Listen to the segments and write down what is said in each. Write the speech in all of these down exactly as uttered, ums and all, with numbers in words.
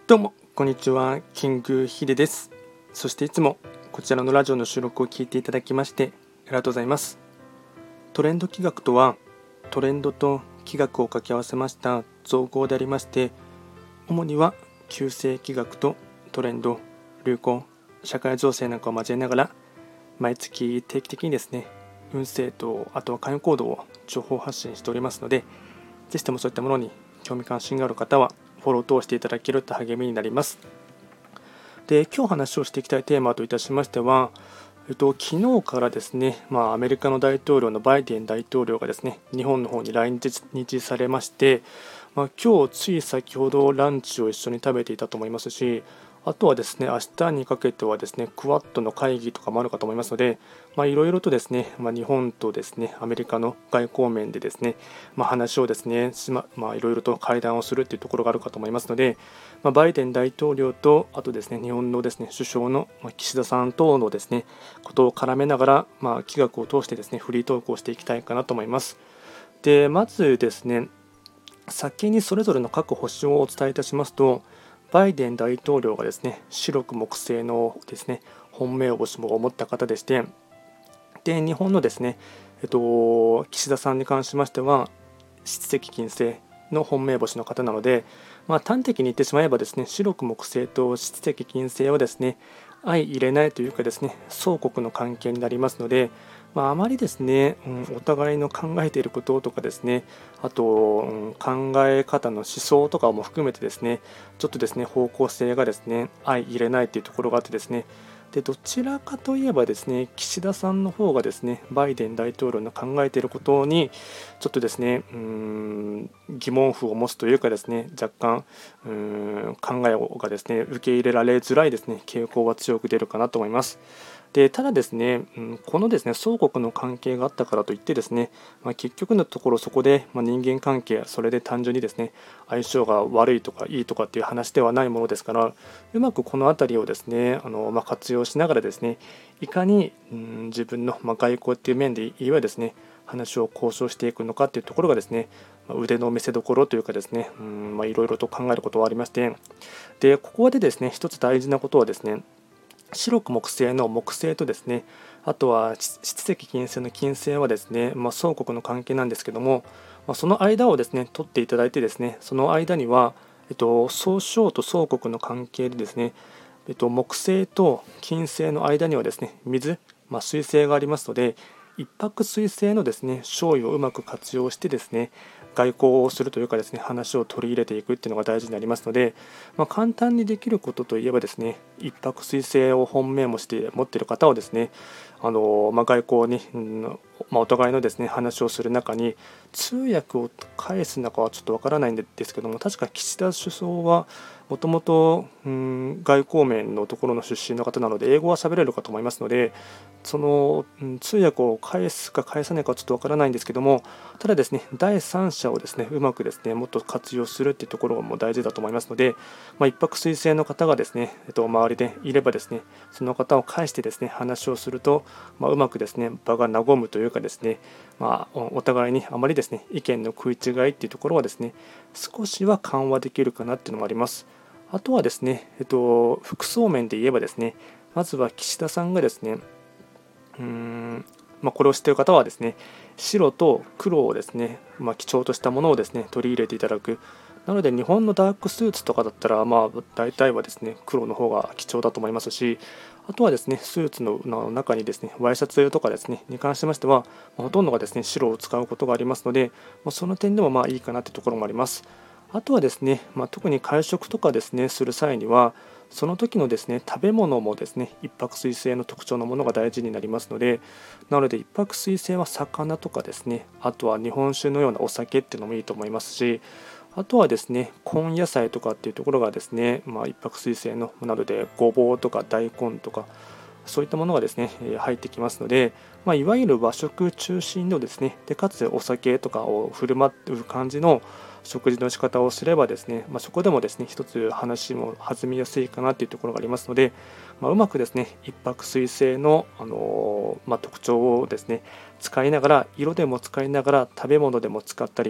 どうもこんにちは、キングヒデです。そしていつもこちらのラジオの収録を聞いていただきましてありがとうございます。トレンド企画とは、トレンドと企画を掛け合わせました造語でありまして、主には旧世企画とトレンド、流行、社会情勢なんかを交えながら、毎月定期的にですね、運勢とあとは関与行動を情報発信しておりますので、ぜひともそういったものに興味関心がある方はフォローを通していただけると励みになります。で、今日話をしていきたいテーマといたしましては、えっと、昨日からですね、まあ、アメリカの大統領のバイデン大統領がですね、日本の方に来日されまして、まあ、今日つい先ほどランチを一緒に食べていたと思いますし、あとはですね、明日にかけてはですね、クワッドの会議とかもあるかと思いますので、まあ、いろいろとですね、まあ、日本とですね、アメリカの外交面でですね、まあ、話をですね、しま、まあ、いろいろと会談をするというところがあるかと思いますので、まあ、バイデン大統領と、あとですね、日本のですね、首相の岸田さん等のですね、ことを絡めながら、まあ、企画を通してですね、フリートークをしていきたいかなと思います。で、まずですね、先にそれぞれの各保守をお伝えいたしますと、バイデン大統領がですね、白く木製のですね、本命星も持った方でして、で、日本のですね、えっと、岸田さんに関しましては、七石金星の本命星の方なので、まあ、端的に言ってしまえばですね、白く木星と七石金星はですね、相入れないというかですね、相国の関係になりますので、まあ、あまりですね、うん、お互いの考えていることとかですね、あと、うん、考え方の思想とかも含めてですね、ちょっとですね、方向性がですね、相入れないというところがあってですね、でどちらかといえばですね、岸田さんの方がですね、バイデン大統領の考えていることにちょっとですね、うーん疑問符を持つというかですね、若干うーん考えがですね、受け入れられづらいですね、傾向は強く出るかなと思います。でただですね、うん、このですね、相国の関係があったからといってですね、まあ、結局のところそこで、まあ、人間関係、それで単純にですね、相性が悪いとかいいとかっていう話ではないものですから、うまくこの辺りをですね、あのまあ、活用しながらですね、いかに、うん、自分の、まあ、外交っていう面で言えばですね、話を交渉していくのかっていうところがですね、まあ、腕の見せ所というかですね、うんまあ、いろいろと考えることはありまして、でここでですね、一つ大事なことはですね、白く木星の木星とですね、あとは七石金星の金星はですね、まあ、相国の関係なんですけども、まあ、その間をですね、取っていただいてですね、その間には、えっと、総称と相国の関係でですね、えっと、木星と金星の間にはですね、水、まあ、水星がありますので、一泊水星のですね、勝意をうまく活用してですね、外交をするというかですね、話を取り入れていくっていうのが大事になりますので、まあ、簡単にできることといえばですね、一泊水星を本命もして持っている方はですね、あのまあ、外交に、うんまあ、お互いのですね、話をする中に通訳を返すのかはちょっとわからないんですけども、確か岸田首相はもともと外交面のところの出身の方なので英語は喋れるかと思いますので、その、うん、通訳を返すか返さないかはちょっとわからないんですけども、ただですね、第三者をですね、うまくですね、もっと活用するっていうところも大事だと思いますので、まあ、一泊水星の方がですね、えっと、周りでいればですね、その方を介してですね、話をすると、まあ、うまくですね、場が和むというかですね、まあ、お互いにあまりですね、意見の食い違いっていうところはですね、少しは緩和できるかなっていうのもあります。あとはですね、えっと、服装面で言えばですね、まずは岸田さんがですね、うーんまあ、これを知っている方はですね、白と黒をですね、まあ、基調としたものをですね、取り入れていただく。なので日本のダークスーツとかだったら、まあ、大体はですね、黒の方が貴重だと思いますし、あとはですね、スーツの中にですね、ワイシャツとかですね、に関しましては、ほとんどがですね、白を使うことがありますので、その点でもまあいいかなというところもあります。あとはですね、まあ、特に会食とかですね、する際には、その時のですね、食べ物もですね、一泊水星の特徴のものが大事になりますので、なので一泊水星は魚とかですね、あとは日本酒のようなお酒っていうのもいいと思いますし、あとはですね、根野菜とかっていうところがですね、まあ、一泊水星のなので、ごぼうとか大根とか、そういったものがですね、入ってきますので、まあ、いわゆる和食中心のですね、でかつお酒とかを振る舞う感じの食事の仕方をすればですね、まあ、そこでもですね、一つ話も弾みやすいかなというところがありますので、まあ、うまくですね、一泊水星の、あのーまあ、特徴をですね、使いながら、色でも使いながら、食べ物でも使ったり、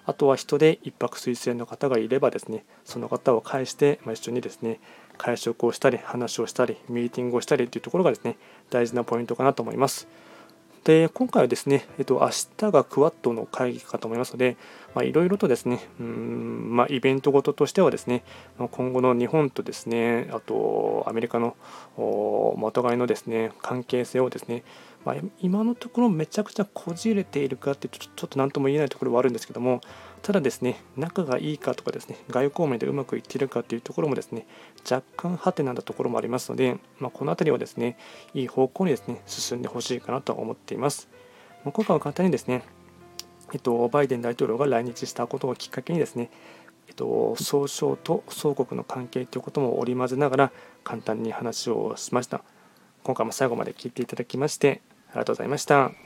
あとは人で一泊推薦の方がいればですね、その方を介して、まあ、一緒にですね、会食をしたり、話をしたり、ミーティングをしたりというところがですね、大事なポイントかなと思います。で、今回はですね、えっと、明日がクワッドの会議かと思いますので、いろいろとですね、うーん、まあ、イベントごととしてはですね、今後の日本とですね、あとアメリカのおまとがいのですね、関係性をですね、まあ、今のところめちゃくちゃこじれているかってちょちょっと何とも言えないところはあるんですけども、ただですね、仲がいいかとかですね、外交面でうまくいっているかというところもですね、若干ハテナなところもありますので、まあ、この辺りはですね、いい方向にですね、進んでほしいかなと思っています。今回は簡単にですね、えっと、バイデン大統領が来日したことをきっかけにですね、えっと、総称と総国の関係ということも織り交ぜながら簡単に話をしました。今回も最後まで聞いていただきましてありがとうございました。